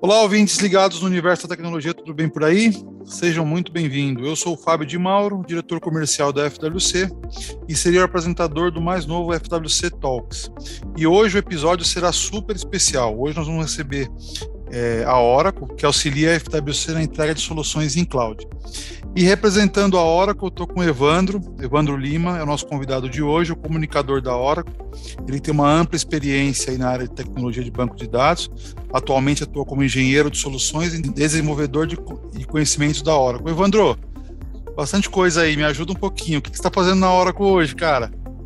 Olá, ouvintes ligados no universo da tecnologia, tudo bem por aí? Sejam muito bem-vindos. Eu sou o Fábio de Mauro, diretor comercial da FWC e serei o apresentador do mais novo FWC Talks. E hoje o episódio será super especial. Hoje nós vamos receber a Oracle, que auxilia a FWC na entrega de soluções em cloud. E representando a Oracle, eu estou com o Evandro Lima, é o nosso convidado de hoje, o comunicador da Oracle. Ele tem uma ampla experiência aí na área de tecnologia de banco de dados, atualmente atua como engenheiro de soluções e desenvolvedor de conhecimentos da Oracle. Evandro, bastante coisa aí, me ajuda um pouquinho. O que você está fazendo na Oracle hoje, cara?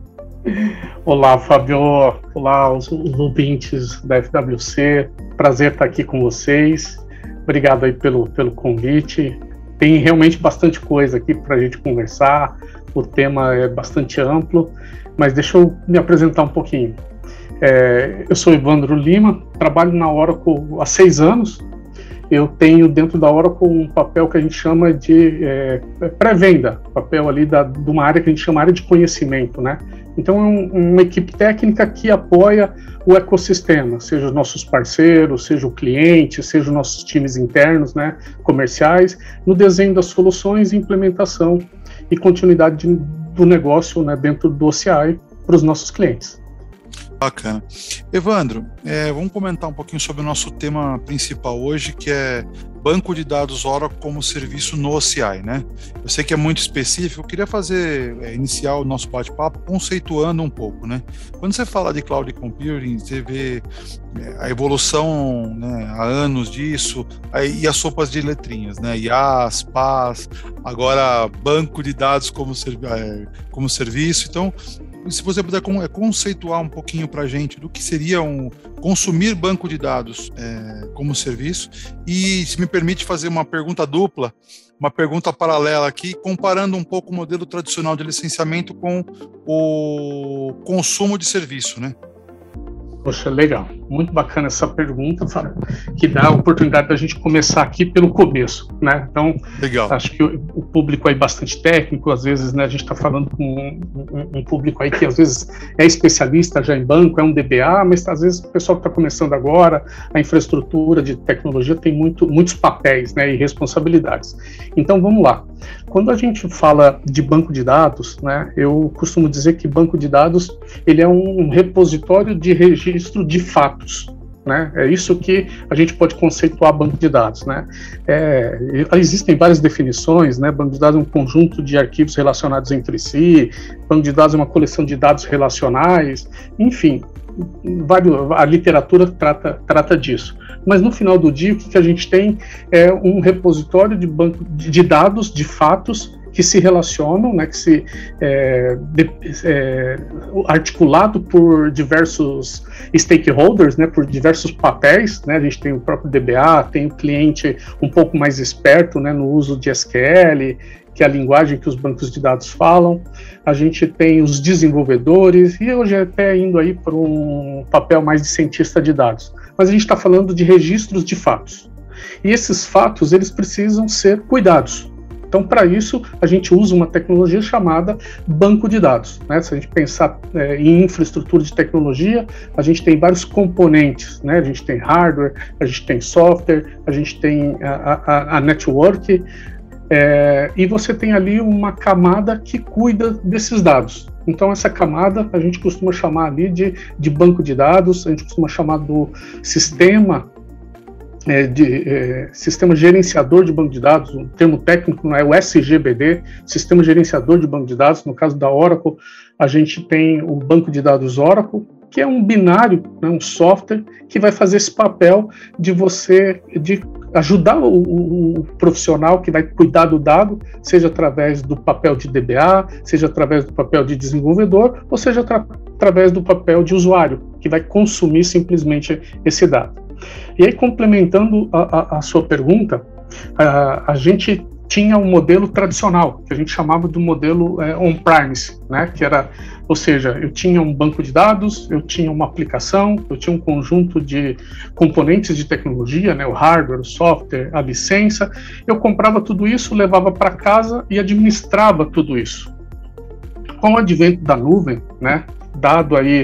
Olá, Fábio. Olá, os ouvintes da FWC. Prazer estar aqui com vocês. Obrigado aí pelo convite. Tem realmente bastante coisa aqui para a gente conversar. O tema é bastante amplo, mas deixa eu me apresentar um pouquinho. Eu sou Evandro Lima, trabalho na Oracle há 6 anos. Eu tenho dentro da Oracle um papel que a gente chama de pré-venda, papel ali de uma área que a gente chama área de conhecimento, né? Então é uma equipe técnica que apoia o ecossistema, seja os nossos parceiros, seja o cliente, seja os nossos times internos, né, comerciais, no desenho das soluções, implementação e continuidade do negócio, né, dentro do OCI para os nossos clientes. Bacana. Evandro, vamos comentar um pouquinho sobre o nosso tema principal hoje, que é banco de dados Oracle como serviço no OCI, né? Eu sei que é muito específico, eu queria iniciar o nosso bate-papo conceituando um pouco, né? Quando você fala de cloud computing, você vê a evolução, né, há anos disso, e as sopas de letrinhas, né? IaaS, PaaS, agora banco de dados como serviço. Então, se você puder conceituar um pouquinho para a gente do que seria consumir banco de dados como serviço, e se me permite fazer uma pergunta dupla, uma pergunta paralela aqui, comparando um pouco o modelo tradicional de licenciamento com o consumo de serviço, né? Poxa, legal. Muito bacana essa pergunta, Fábio, que dá a oportunidade da gente começar aqui pelo começo, né? Então, legal. Acho que o público aí bastante técnico, às vezes, né, a gente está falando com um público aí que às vezes é especialista já em banco, é um DBA, mas às vezes o pessoal que está começando agora, a infraestrutura de tecnologia tem muitos papéis, né, e responsabilidades. Então, vamos lá. Quando a gente fala de banco de dados, né, eu costumo dizer que banco de dados ele é um repositório de registro de fatos, né? É isso que a gente pode conceituar banco de dados, né? Existem várias definições, né? Banco de dados é um conjunto de arquivos relacionados entre si, banco de dados é uma coleção de dados relacionais, enfim, a literatura trata disso. Mas no final do dia, o que a gente tem é um repositório de banco de dados, de fatos, que se relacionam, né, que se articulado por diversos stakeholders, né, por diversos papéis, né, a gente tem o próprio DBA, tem o cliente um pouco mais esperto, né, no uso de SQL, que é a linguagem que os bancos de dados falam, a gente tem os desenvolvedores, e hoje até indo aí para um papel mais de cientista de dados, mas a gente está falando de registros de fatos, e esses fatos, eles precisam ser cuidados. Então, para isso, a gente usa uma tecnologia chamada banco de dados, né? Se a gente pensar em infraestrutura de tecnologia, a gente tem vários componentes, né? A gente tem hardware, a gente tem software, a gente tem a network, e você tem ali uma camada que cuida desses dados. Então, essa camada a gente costuma chamar ali de banco de dados, a gente costuma chamar do sistema sistema gerenciador de banco de dados, o termo técnico não é o SGBD, Sistema Gerenciador de Banco de Dados. No caso da Oracle, a gente tem o banco de dados Oracle, que é um binário, né, um software que vai fazer esse papel de ajudar o profissional que vai cuidar do dado, seja através do papel de DBA, seja através do papel de desenvolvedor, ou seja através do papel de usuário, que vai consumir simplesmente esse dado. E aí, complementando a sua pergunta, a gente tinha um modelo tradicional, que a gente chamava do modelo on-premise, né? Que era, ou seja, eu tinha um banco de dados, eu tinha uma aplicação, eu tinha um conjunto de componentes de tecnologia, né? O hardware, o software, a licença, eu comprava tudo isso, levava para casa e administrava tudo isso. Com o advento da nuvem, né? Dado aí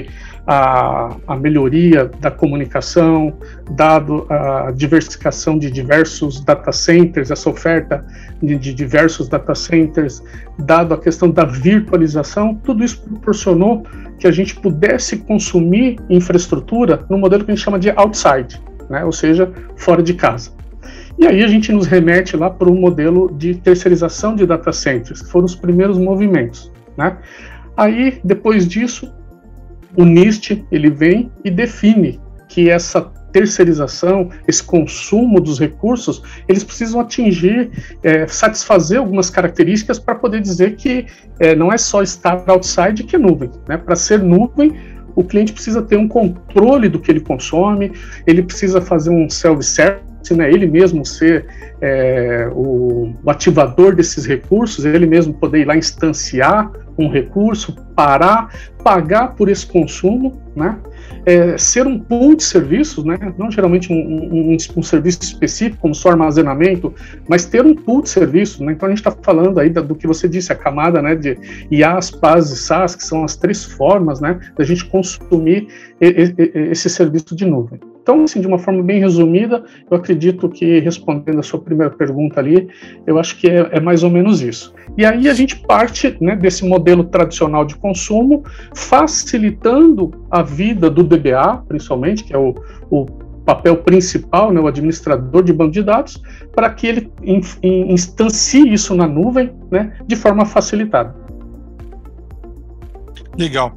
a melhoria da comunicação, dado a diversificação de diversos data centers, essa oferta de diversos data centers, dado a questão da virtualização, tudo isso proporcionou que a gente pudesse consumir infraestrutura no modelo que a gente chama de outside, né? Ou seja, fora de casa. E aí a gente nos remete lá para o modelo de terceirização de data centers, que foram os primeiros movimentos, né? Aí, depois disso, o NIST ele vem e define que essa terceirização, esse consumo dos recursos, eles precisam atingir, satisfazer algumas características para poder dizer que não é só estar outside que é nuvem, né? Para ser nuvem, o cliente precisa ter um controle do que ele consome, ele precisa fazer um self-service, né, ele mesmo ser o ativador desses recursos, ele mesmo poder ir lá instanciar um recurso, pagar por esse consumo, né, ser um pool de serviços, né, não geralmente um serviço específico, como só armazenamento, mas ter um pool de serviços, né. Então a gente está falando aí do que você disse, a camada, né, de IaaS, PaaS e SaaS, que são as três formas, né, da gente consumir esse serviço de nuvem. Então, assim, de uma forma bem resumida, eu acredito que, respondendo a sua primeira pergunta ali, eu acho que é mais ou menos isso. E aí a gente parte, né, desse modelo tradicional de consumo, facilitando a vida do DBA, principalmente, que é o papel principal, né, o administrador de banco de dados, para que ele instancie isso na nuvem, né, de forma facilitada. Legal.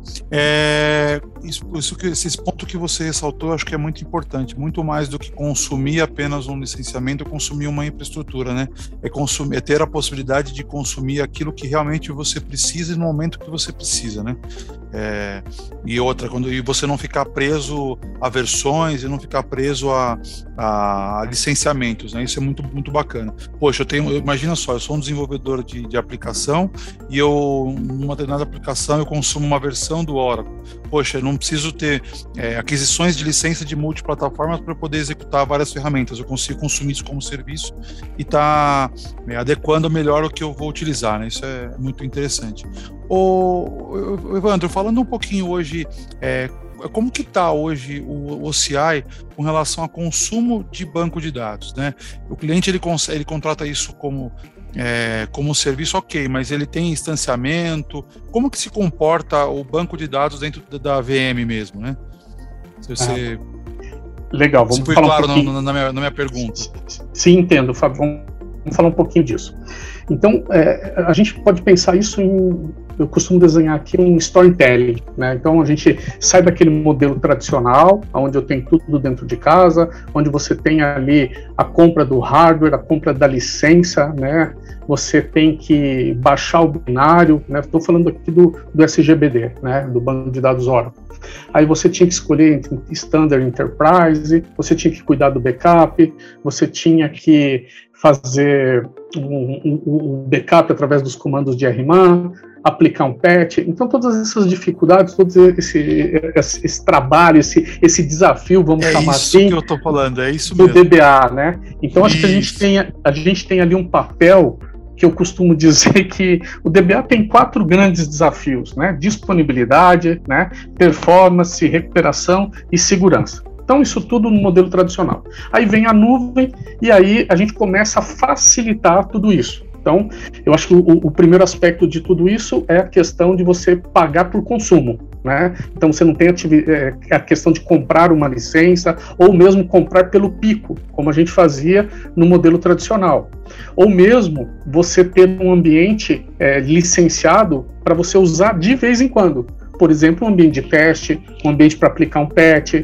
Esse ponto que você ressaltou, acho que é muito importante, muito mais do que consumir apenas um licenciamento, consumir uma infraestrutura, né? É ter a possibilidade de consumir aquilo que realmente você precisa e no momento que você precisa, né? E outra, e você não ficar preso a versões e não ficar preso a licenciamentos, né? Isso é muito, muito bacana. Poxa, imagina só, eu sou um desenvolvedor de aplicação e numa determinada aplicação eu consumo uma versão do Oracle. Poxa, eu não preciso ter aquisições de licença de multiplataformas para poder executar várias ferramentas. Eu consigo consumir isso como serviço e tá adequando melhor o que eu vou utilizar, né? Isso é muito interessante. Evandro, falando um pouquinho hoje, como que está hoje o OCI com relação a consumo de banco de dados, né? O cliente ele contrata isso como serviço, ok, mas ele tem instanciamento. Como que se comporta o banco de dados dentro da VM mesmo, né? Legal, vamos falar claro um pouquinho na minha pergunta. Sim, entendo, Fábio. Vamos falar um pouquinho disso. Então, a gente pode pensar isso eu costumo desenhar aqui um storytelling, né? Então a gente sai daquele modelo tradicional, onde eu tenho tudo dentro de casa, onde você tem ali a compra do hardware, a compra da licença, né? Você tem que baixar o binário, né? Estou falando aqui do SGBD, né? Do banco de dados Oracle. Aí você tinha que escolher entre Standard e Enterprise, você tinha que cuidar do backup, você tinha que fazer um backup através dos comandos de RMAN, aplicar um patch. Então todas essas dificuldades, todo esse trabalho, esse desafio, vamos chamar assim. É isso que eu estou falando, é isso do mesmo. DBA, né? Então acho que a gente tem ali um papel que eu costumo dizer que o DBA tem 4 grandes desafios, né? Disponibilidade, né? Performance, recuperação e segurança. Então, isso tudo no modelo tradicional. Aí vem a nuvem e aí a gente começa a facilitar tudo isso. Então, eu acho que o primeiro aspecto de tudo isso é a questão de você pagar por consumo, né? Então, você não tem a questão de comprar uma licença ou mesmo comprar pelo pico, como a gente fazia no modelo tradicional. Ou mesmo você ter um ambiente licenciado para você usar de vez em quando. Por exemplo, um ambiente de teste, um ambiente para aplicar um patch,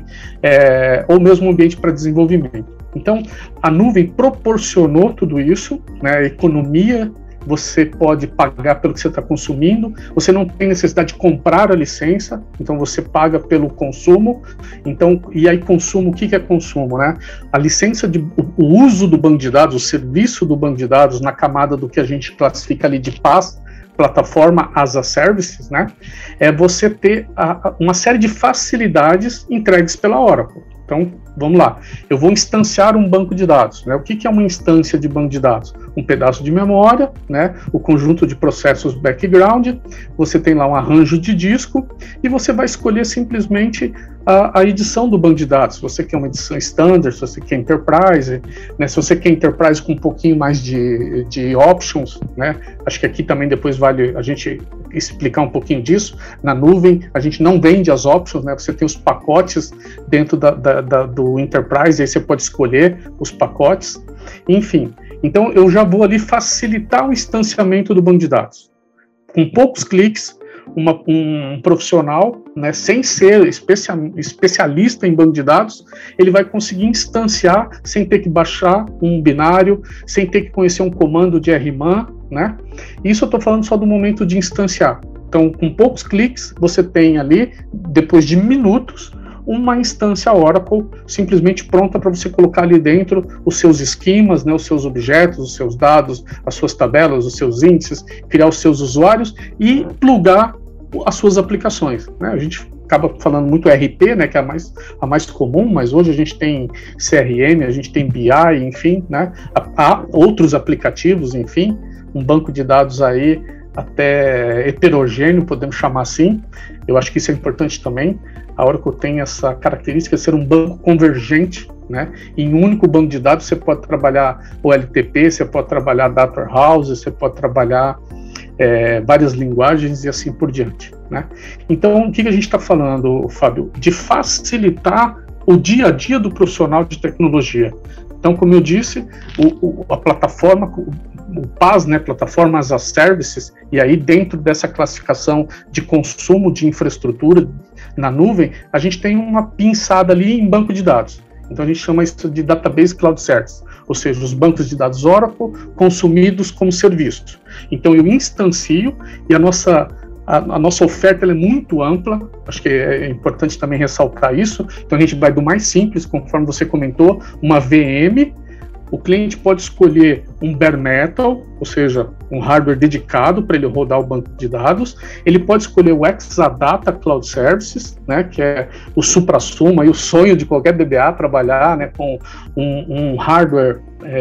ou mesmo um ambiente para desenvolvimento. Então, a nuvem proporcionou tudo isso, né? Economia, você pode pagar pelo que você está consumindo, você não tem necessidade de comprar a licença, então você paga pelo consumo. Então, e aí consumo, o que é consumo, né? A licença, o uso do banco de dados, o serviço do banco de dados na camada do que a gente classifica ali de PaaS, plataforma as a services, né? É você ter uma série de facilidades entregues pela Oracle. Então, vamos lá. Eu vou instanciar um banco de dados, né? O que é uma instância de banco de dados? um pedaço de memória, né, o conjunto de processos background, você tem lá um arranjo de disco e você vai escolher simplesmente a edição do banco de dados. Se você quer uma edição standard, se você quer enterprise, né, se você quer enterprise com um pouquinho mais de options, né, acho que aqui também depois vale a gente explicar um pouquinho disso. Na nuvem, a gente não vende as options, né, você tem os pacotes dentro do enterprise, aí você pode escolher os pacotes, enfim. Então, eu já vou ali facilitar o instanciamento do banco de dados. Com poucos cliques, um profissional, né, sem ser especialista em banco de dados, ele vai conseguir instanciar sem ter que baixar um binário, sem ter que conhecer um comando de RMAN, né? Isso eu estou falando só do momento de instanciar. Então, com poucos cliques, você tem ali, depois de minutos, uma instância Oracle simplesmente pronta para você colocar ali dentro os seus esquemas, né, os seus objetos, os seus dados, as suas tabelas, os seus índices, criar os seus usuários e plugar as suas aplicações, né? A gente acaba falando muito RP, né, que é a mais comum, mas hoje a gente tem CRM, a gente tem BI, enfim, né, há outros aplicativos, enfim, um banco de dados aí até heterogêneo, podemos chamar assim. Eu acho que isso é importante também. A Oracle tem essa característica de ser um banco convergente, né? Em um único banco de dados você pode trabalhar o LTP, você pode trabalhar Data Warehouse, você pode trabalhar várias linguagens e assim por diante, né? Então, o que a gente está falando, Fábio? De facilitar o dia a dia do profissional de tecnologia. Então, como eu disse, a plataforma, o PaaS, né, Platform as a Services, e aí dentro dessa classificação de consumo de infraestrutura na nuvem, a gente tem uma pinçada ali em banco de dados. Então a gente chama isso de Database Cloud Services, ou seja, os bancos de dados Oracle consumidos como serviço. Então eu instancio e a nossa oferta ela é muito ampla, acho que é importante também ressaltar isso. Então a gente vai do mais simples, conforme você comentou, uma VM. O cliente pode escolher um bare metal, ou seja, um hardware dedicado para ele rodar o banco de dados. Ele pode escolher o Exadata Cloud Services, né, que é o supra-sumo, o sonho de qualquer DBA trabalhar, né, com um hardware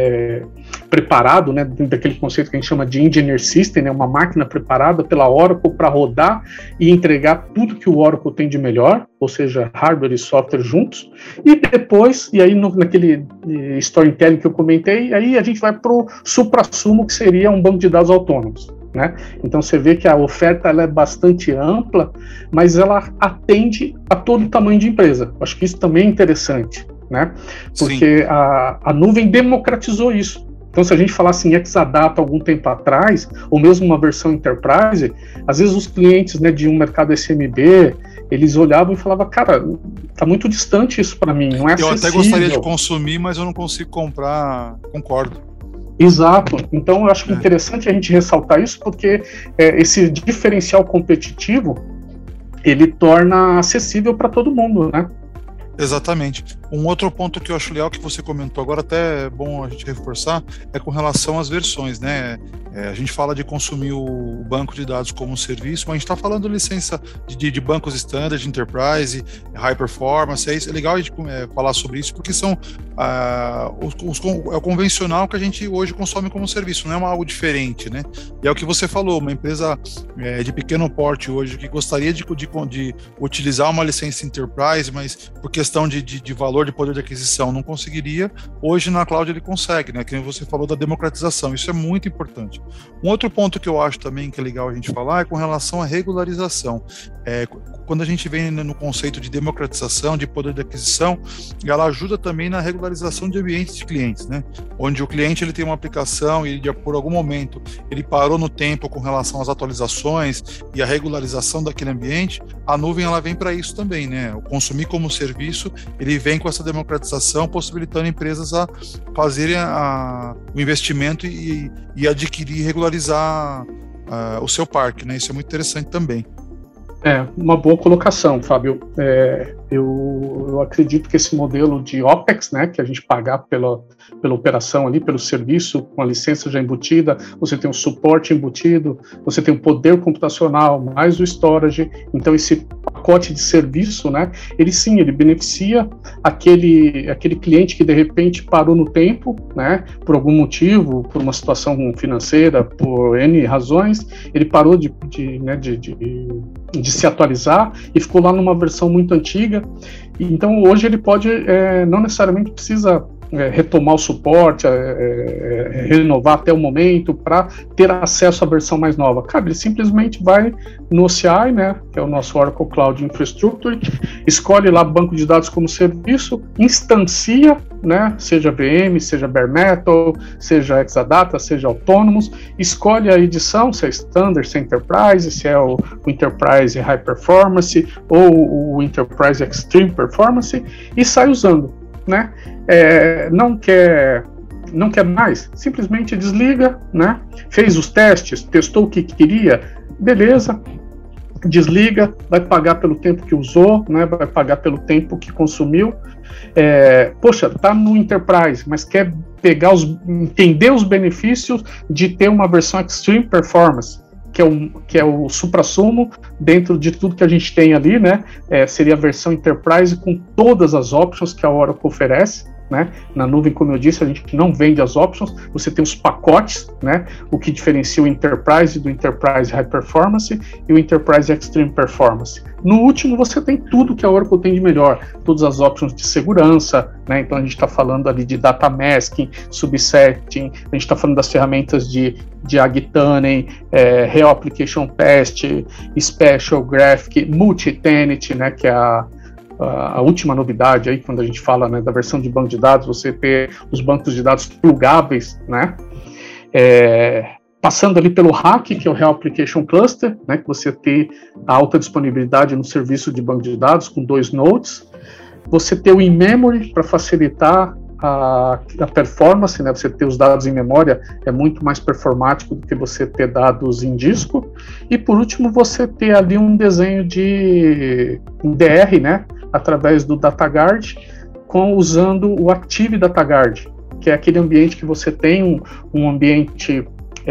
preparado, né, dentro daquele conceito que a gente chama de Engineer System, né, uma máquina preparada pela Oracle para rodar e entregar tudo que o Oracle tem de melhor, ou seja, hardware e software juntos. E depois, e aí naquele storytelling que eu comentei, aí a gente vai para o supra-sumo, que seria um banco de dados autônomos, né? Então você vê que a oferta ela é bastante ampla, mas ela atende a todo tamanho de empresa. Acho que isso também é interessante, né? Porque a nuvem democratizou isso. Então, se a gente falasse em Exadata algum tempo atrás, ou mesmo uma versão Enterprise, às vezes os clientes, né, de um mercado SMB, eles olhavam e falavam, cara, tá muito distante isso para mim, não é acessível. Eu até gostaria de consumir, mas eu não consigo comprar, concordo. Exato. Então, eu acho que é interessante a gente ressaltar isso, porque esse diferencial competitivo, ele torna acessível para todo mundo, né? Exatamente. Um outro ponto que eu acho legal que você comentou agora, até é bom a gente reforçar, é com relação às versões, né? A gente fala de consumir o banco de dados como um serviço, mas a gente está falando de licença de bancos standard, enterprise, high performance, é legal a gente falar sobre isso, porque são é o convencional que a gente hoje consome como serviço, não é algo diferente, né? E é o que você falou, uma empresa de pequeno porte hoje que gostaria de utilizar uma licença enterprise, mas por questão de valor, de poder de aquisição, não conseguiria, hoje na cloud ele consegue, né? Que você falou da democratização, isso é muito importante. Um outro ponto que eu acho também que é legal a gente falar é com relação à regularização. Quando a gente vem no conceito de democratização, de poder de aquisição, ela ajuda também na regularização de ambientes de clientes, né? Onde o cliente ele tem uma aplicação e por algum momento ele parou no tempo com relação às atualizações e a regularização daquele ambiente, a nuvem ela vem para isso também, né? O consumir como serviço, ele vem com essa democratização, possibilitando empresas a fazerem o investimento e adquirir e regularizar o seu parque, né? Isso é muito interessante também. Uma boa colocação, Fábio. eu acredito que esse modelo de OPEX, né, que a gente pagar pela operação ali, pelo serviço, com a licença já embutida, você tem um suporte embutido, você tem um poder computacional, mais o storage, então esse pacote de serviço, né, ele beneficia aquele cliente que de repente parou no tempo, né, por algum motivo, por uma situação financeira, por N razões, ele parou de se atualizar e ficou lá numa versão muito antiga. Então hoje ele pode, não necessariamente precisa retomar o suporte, renovar até o momento para ter acesso à versão mais nova. Cara, ele simplesmente vai no OCI, né, que é o nosso Oracle Cloud Infrastructure, escolhe lá banco de dados como serviço, instancia, né, seja VM, seja Bare Metal, seja Exadata, seja Autonomous, escolhe a edição, se é Standard, se é Enterprise, se é o Enterprise High Performance ou o Enterprise Extreme Performance e sai usando, né? Não quer mais, simplesmente desliga, né? Fez os testes, testou o que queria, beleza, desliga, vai pagar pelo tempo que usou, né? Vai pagar pelo tempo que consumiu. Poxa, tá no Enterprise, mas quer entender os benefícios de ter uma versão Extreme Performance, que é o suprassumo dentro de tudo que a gente tem ali, né? Seria a versão Enterprise com todas as options que a Oracle oferece, né? Na nuvem, como eu disse, a gente não vende as options, você tem os pacotes, né? O que diferencia o Enterprise do Enterprise High Performance e o Enterprise Extreme Performance. No último, você tem tudo que a Oracle tem de melhor, todas as options de segurança, né? Então a gente está falando ali de data masking, subsetting, a gente está falando das ferramentas de Agtunnel, Real Application Test, Special Graphic, Multi-Tenant, né? Que é a última novidade aí, quando a gente fala, né, da versão de banco de dados, você ter os bancos de dados plugáveis, né, passando ali pelo RAC, que é o Real Application Cluster, né, que você tem a alta disponibilidade no serviço de banco de dados com 2 nodes, você ter o in-memory para facilitar a performance, né, você ter os dados em memória é muito mais performático do que você ter dados em disco, e por último você ter ali um desenho de DR, né, através do DataGuard, usando o Active DataGuard, que é aquele ambiente que você tem um ambiente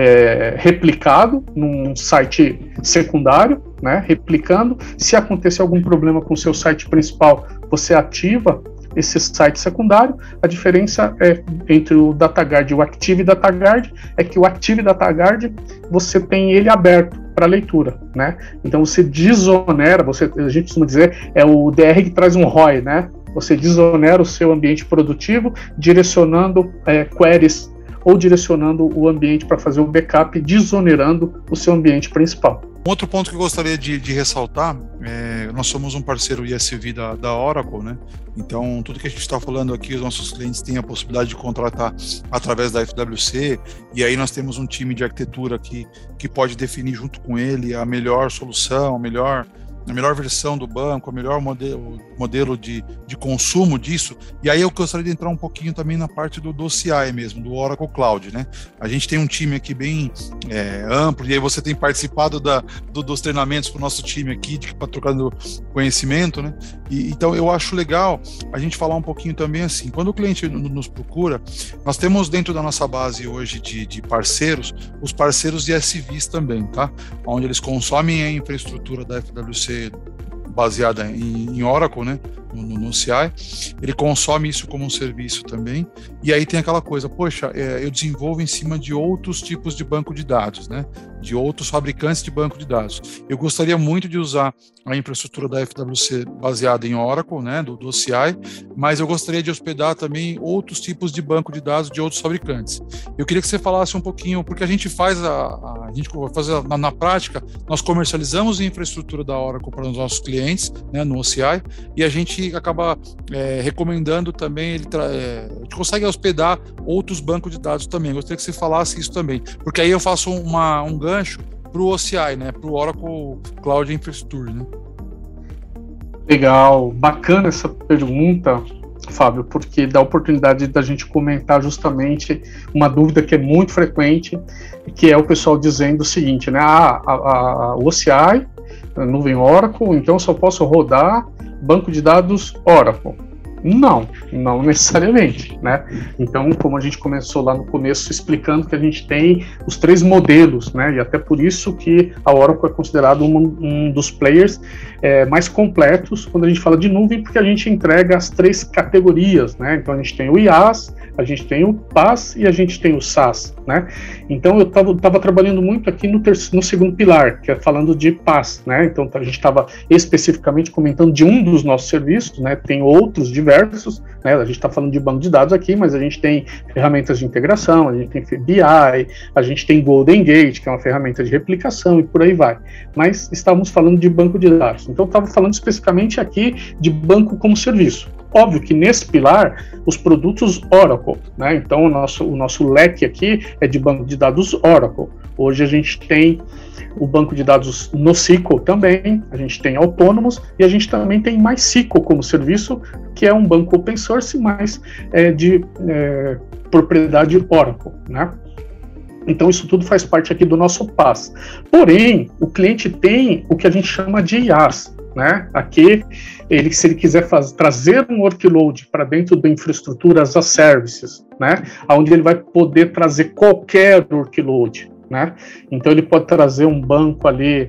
replicado num site secundário, né, replicando. Se acontecer algum problema com o seu site principal, você ativa esse site secundário. A diferença entre o DataGuard e o Active DataGuard é que o Active DataGuard você tem ele aberto para leitura, né? Então você desonera, a gente costuma dizer, é o DR que traz um ROI, né? Você desonera o seu ambiente produtivo, direcionando queries ou direcionando o ambiente para fazer o backup, desonerando o seu ambiente principal. Um outro ponto que eu gostaria de ressaltar, nós somos um parceiro ISV da Oracle, né? Então, tudo que a gente está falando aqui, os nossos clientes têm a possibilidade de contratar através da FWC, e aí nós temos um time de arquitetura que pode definir junto com ele a melhor solução, a melhor versão do banco, o melhor modelo de consumo disso. E aí eu gostaria de entrar um pouquinho também na parte do OCI mesmo, do Oracle Cloud, né? A gente tem um time aqui bem amplo, e aí você tem participado dos treinamentos para o nosso time aqui, trocando conhecimento, né? Então eu acho legal a gente falar um pouquinho também assim, quando o cliente nos procura, nós temos dentro da nossa base hoje de parceiros, os parceiros de SVs também, tá? Onde eles consomem a infraestrutura da FWC baseada em Oracle, né, no OCI, ele consome isso como um serviço também, e aí tem aquela coisa, poxa, eu desenvolvo em cima de outros tipos de banco de dados, né, de outros fabricantes de banco de dados. Eu gostaria muito de usar a infraestrutura da FWC baseada em Oracle, né, do OCI, mas eu gostaria de hospedar também outros tipos de banco de dados de outros fabricantes. Eu queria que você falasse um pouquinho, porque a gente faz na prática, nós comercializamos a infraestrutura da Oracle para os nossos clientes, né, no OCI, e a gente acaba recomendando também, a gente consegue hospedar outros bancos de dados também. Eu gostaria que você falasse isso também, porque aí eu faço um gancho para o OCI, né, para o Oracle Cloud Infrastructure, né? Legal, bacana essa pergunta, Fábio, porque dá a oportunidade da gente comentar justamente uma dúvida que é muito frequente, que é o pessoal dizendo o seguinte, né, o OCI, a nuvem Oracle, então eu só posso rodar banco de dados Oracle. Não necessariamente, né? Então, como a gente começou lá no começo explicando que a gente tem os 3 modelos, né? E até por isso que a Oracle é considerado um dos players mais completos quando a gente fala de nuvem, porque a gente entrega as 3 categorias, né? Então, a gente tem o IaaS, a gente tem o PaaS e a gente tem o SaaS, né? Então, eu estava trabalhando muito aqui no segundo pilar, que é falando de PaaS, né? Então, a gente estava especificamente comentando de um dos nossos serviços, né? Tem outros diversos, né? A gente está falando de banco de dados aqui, mas a gente tem ferramentas de integração, a gente tem BI, a gente tem Golden Gate, que é uma ferramenta de replicação e por aí vai. Mas estávamos falando de banco de dados. Então, eu estava falando especificamente aqui de banco como serviço. Óbvio que nesse pilar, os produtos Oracle, né? Então, o nosso leque aqui é de banco de dados Oracle. Hoje a gente tem o banco de dados NoSQL também, a gente tem Autônomos e a gente também tem MySQL como serviço, que é um banco open source, mas de propriedade Oracle, né? Então, isso tudo faz parte aqui do nosso PaaS. Porém, o cliente tem o que a gente chama de IaaS, né? Aqui, se ele quiser trazer um workload para dentro da infraestrutura as a services, né? Onde ele vai poder trazer qualquer workload, né? Então ele pode trazer um banco ali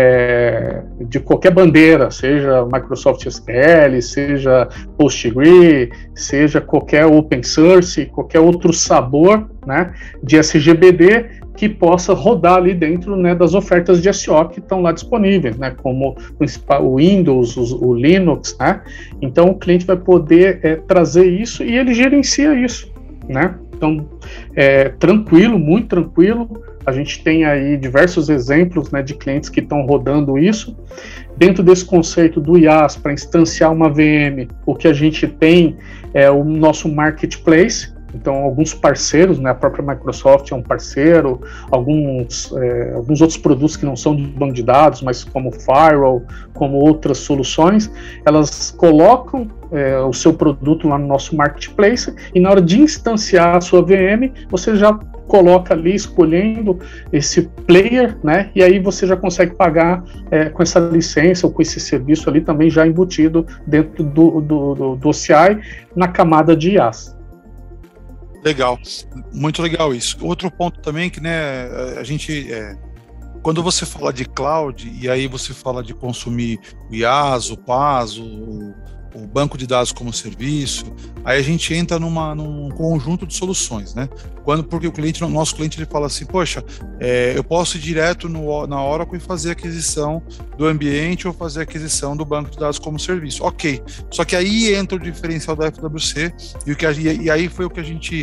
de qualquer bandeira, seja Microsoft SQL, seja PostgreSQL, seja qualquer open source, qualquer outro sabor, né, de SGBD que possa rodar ali dentro, né, das ofertas de SO que estão lá disponíveis, né, como o Windows, o Linux, né? Então o cliente vai poder trazer isso e ele gerencia isso, né? Então, tranquilo, muito tranquilo. A gente tem aí diversos exemplos, né, de clientes que estão rodando isso. Dentro desse conceito do IaaS, para instanciar uma VM, o que a gente tem é o nosso marketplace. Então, alguns parceiros, né, a própria Microsoft é um parceiro, alguns outros produtos que não são de banco de dados, mas como Firewall, como outras soluções, elas colocam o seu produto lá no nosso marketplace e na hora de instanciar a sua VM, você já coloca ali escolhendo esse player, né? E aí você já consegue pagar com essa licença ou com esse serviço ali também já embutido dentro do OCI na camada de IaaS. Legal, muito legal isso. Outro ponto também que, né, a gente, quando você fala de cloud e aí você fala de consumir o IaaS, o PaaS, o banco de dados como serviço, aí a gente entra num conjunto de soluções, né? Porque o nosso cliente ele fala assim, poxa, eu posso ir direto na Oracle e fazer aquisição do ambiente ou fazer aquisição do banco de dados como serviço. Ok, só que aí entra o diferencial da FWC e aí foi o que a gente,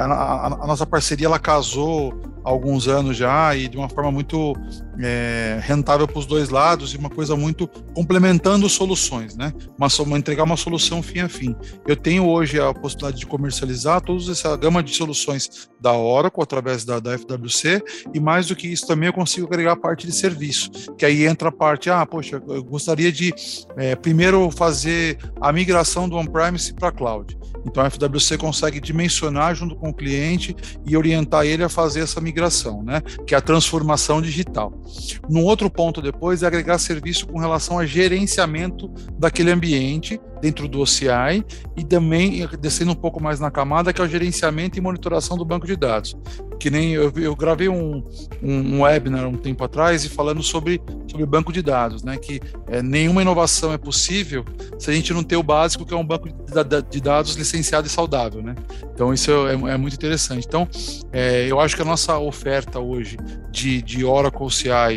a nossa parceria, ela casou há alguns anos já e de uma forma muito rentável para os dois lados e uma coisa muito complementando soluções, né? Entregar uma solução fim a fim. Eu tenho hoje a possibilidade de comercializar toda essa gama de soluções da Oracle através da FWC e mais do que isso também eu consigo agregar a parte de serviço, que aí entra a parte, poxa, eu gostaria de primeiro fazer a migração do on-premise para a cloud. Então a FWC consegue dimensionar junto com o cliente e orientar ele a fazer essa migração, né? Que é a transformação digital. No outro ponto depois é agregar serviço com relação a gerenciamento daquele ambiente dentro do OCI e também descendo um pouco mais na camada, que é o gerenciamento e monitoração do banco de dados. Que nem eu gravei um webinar um tempo atrás e falando sobre banco de dados, né? Que nenhuma inovação é possível se a gente não ter o básico, que é um banco de dados licenciado e saudável, né? Então isso é muito interessante. Então eu acho que a nossa oferta hoje de Oracle OCI,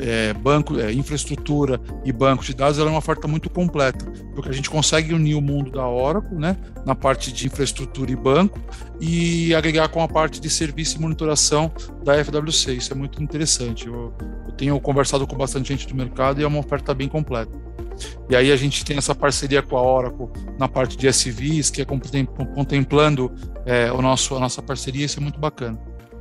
infraestrutura e banco de dados, ela é uma oferta muito completa, porque a gente consegue unir o mundo da Oracle, né, na parte de infraestrutura e banco, e agregar com a parte de serviço e monitoração da FWC. Isso é muito interessante. Eu tenho conversado com bastante gente do mercado e é uma oferta bem completa. E aí a gente tem essa parceria com a Oracle na parte de SVs, que é contemplando a nossa parceria. Isso é muito bacana.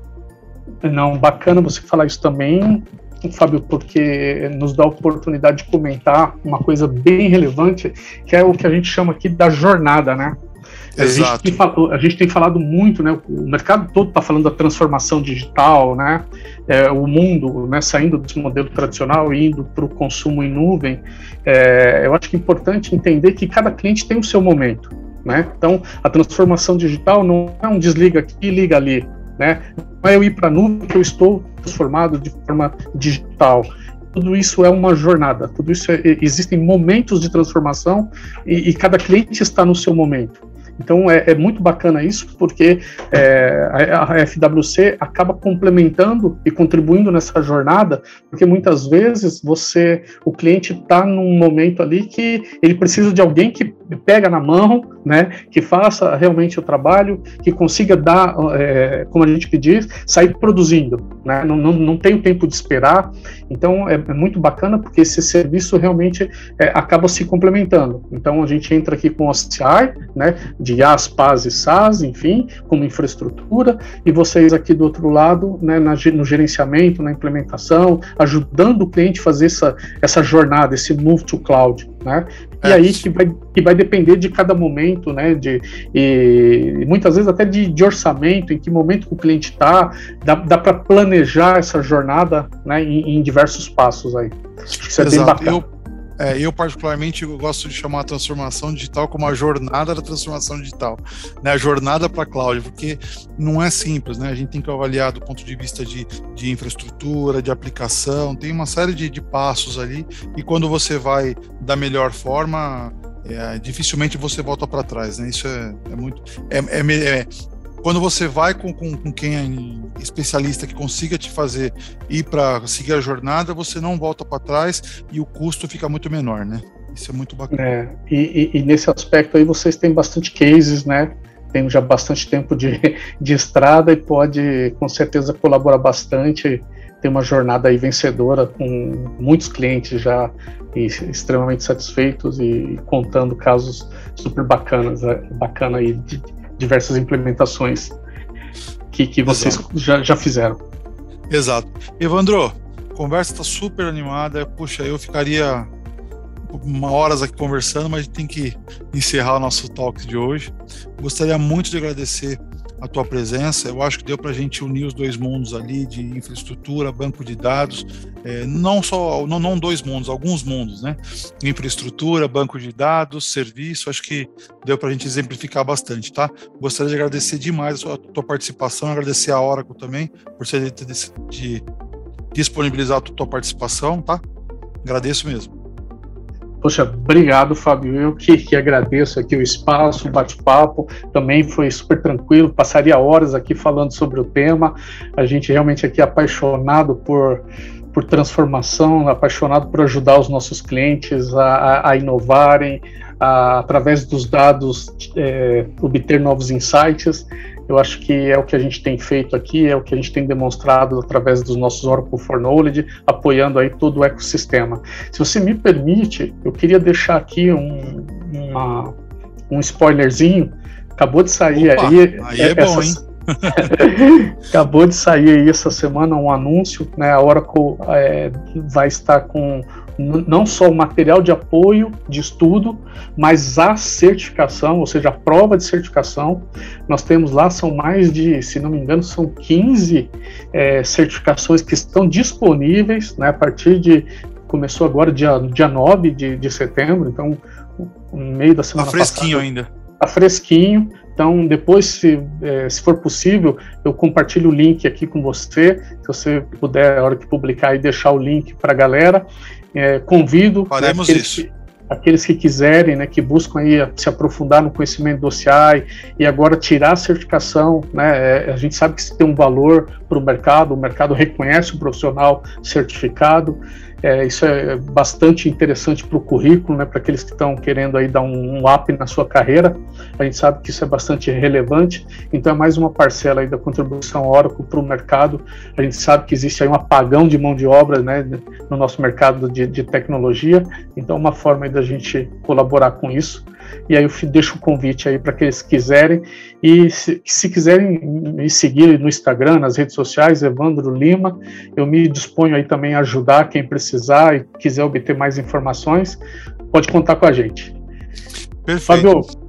Não, bacana você falar isso também, Fábio, porque nos dá a oportunidade de comentar uma coisa bem relevante, que é o que a gente chama aqui da jornada, né? Exato. A gente tem falado muito, né? O mercado todo está falando da transformação digital, né? O mundo, né, saindo desse modelo tradicional e indo para o consumo em nuvem. Eu acho que é importante entender que cada cliente tem o seu momento, né? Então, a transformação digital não é um desliga aqui e liga ali, né? Não é eu ir para a nuvem que eu estou transformado de forma digital. Tudo isso é uma jornada, tudo isso existem momentos de transformação e cada cliente está no seu momento. Então é muito bacana isso, porque a FWC acaba complementando e contribuindo nessa jornada, porque muitas vezes o cliente está num momento ali que ele precisa de alguém que pega na mão, né, que faça realmente o trabalho, que consiga dar, como a gente diz, sair produzindo, né, não tem o tempo de esperar. Então é muito bacana, porque esse serviço realmente acaba se complementando. Então a gente entra aqui com o OCI, né, de IaaS, PaaS e SaaS, enfim, como infraestrutura, e vocês aqui do outro lado, né, no gerenciamento, na implementação, ajudando o cliente a fazer essa jornada, esse move to cloud, né? E aí que vai depender de cada momento, né? E muitas vezes até de orçamento, em que momento que o cliente está, dá para planejar essa jornada, né, em diversos passos aí. Isso é bem bacana. Eu particularmente gosto de chamar a transformação digital como a jornada da transformação digital, né? A jornada para a cloud, porque não é simples, né? A gente tem que avaliar do ponto de vista de infraestrutura, de aplicação, tem uma série de passos ali, e quando você vai da melhor forma, dificilmente você volta para trás, né? Isso é muito... Quando você vai com quem é especialista que consiga te fazer ir para seguir a jornada, você não volta para trás e o custo fica muito menor, né? Isso é muito bacana. E nesse aspecto aí vocês têm bastante cases, né? Tem já bastante tempo de estrada e pode com certeza colaborar bastante. Tem uma jornada aí vencedora com muitos clientes já extremamente satisfeitos e contando casos super bacanas, bacana aí de diversas implementações que vocês já fizeram. Exato. Evandro, a conversa está super animada. Puxa, eu ficaria horas aqui conversando, mas a gente tem que encerrar o nosso talk de hoje. Gostaria muito de agradecer a tua presença. Eu acho que deu para a gente unir os dois mundos ali, de infraestrutura, banco de dados, não dois mundos, alguns mundos, né? Infraestrutura, banco de dados, serviço, acho que deu para a gente exemplificar bastante, tá? Gostaria de agradecer demais a tua participação, agradecer a Oracle também, por você de disponibilizar a tua participação, tá? Agradeço mesmo. Poxa, obrigado, Fábio. Eu que agradeço aqui o espaço, o bate-papo, também foi super tranquilo, passaria horas aqui falando sobre o tema. A gente realmente aqui é apaixonado por transformação, apaixonado por ajudar os nossos clientes a inovarem, através dos dados, obter novos insights. Eu acho que é o que a gente tem feito aqui, é o que a gente tem demonstrado através dos nossos Oracle for Knowledge, apoiando aí todo o ecossistema. Se você me permite, eu queria deixar aqui um spoilerzinho. Acabou de sair bom, hein? Acabou de sair aí essa semana um anúncio, né? A Oracle vai estar com não só o material de apoio de estudo, mas a certificação, ou seja, a prova de certificação. Nós temos lá, são mais de, se não me engano, são 15 certificações que estão disponíveis, né? A partir de, começou agora dia 9 de setembro, então no meio da semana passada. Tá fresquinho ainda. Tá fresquinho. Então, depois, se for possível, eu compartilho o link aqui com você. Se você puder, na hora que publicar, e deixar o link para a galera. Convido aqueles que quiserem, né, que buscam aí se aprofundar no conhecimento do OCI e agora tirar a certificação, né, a gente sabe que isso tem um valor para o mercado reconhece o profissional certificado. Isso é bastante interessante para o currículo, né, para aqueles que estão querendo aí dar um up na sua carreira. A gente sabe que isso é bastante relevante, então é mais uma parcela aí da contribuição Oracle para o mercado. A gente sabe que existe aí um apagão de mão de obra, né, no nosso mercado de tecnologia, então é uma forma aí da gente colaborar com isso. E aí eu deixo o convite aí para aqueles que quiserem, e se quiserem me seguir no Instagram, nas redes sociais, Evandro Lima, eu me disponho aí também a ajudar quem precisar e quiser obter mais informações, pode contar com a gente. Perfeito. Fábio,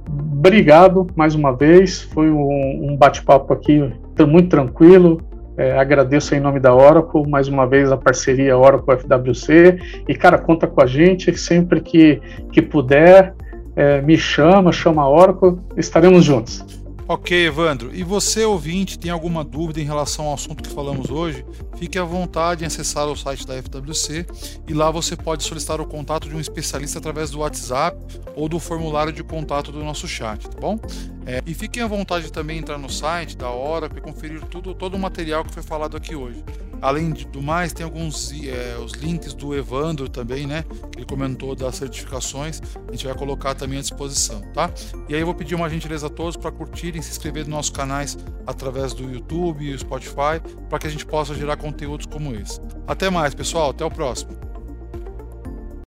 obrigado mais uma vez, foi um bate-papo aqui muito tranquilo. Agradeço em nome da Oracle, mais uma vez a parceria Oracle FWC, e cara, conta com a gente, sempre que puder, me chama a Oracle, estaremos juntos. Ok, Evandro. E você, ouvinte, tem alguma dúvida em relação ao assunto que falamos hoje? Fique à vontade em acessar o site da FWC e lá você pode solicitar o contato de um especialista através do WhatsApp ou do formulário de contato do nosso chat, tá bom? E fiquem à vontade também entrar no site da Oracle e conferir todo o material que foi falado aqui hoje. Além do mais, tem alguns os links do Evandro também, né? Que ele comentou das certificações. A gente vai colocar também à disposição, tá? E aí eu vou pedir uma gentileza a todos para curtirem, se inscrever nos nossos canais através do YouTube e Spotify, para que a gente possa gerar conteúdos como esse. Até mais, pessoal. Até o próximo.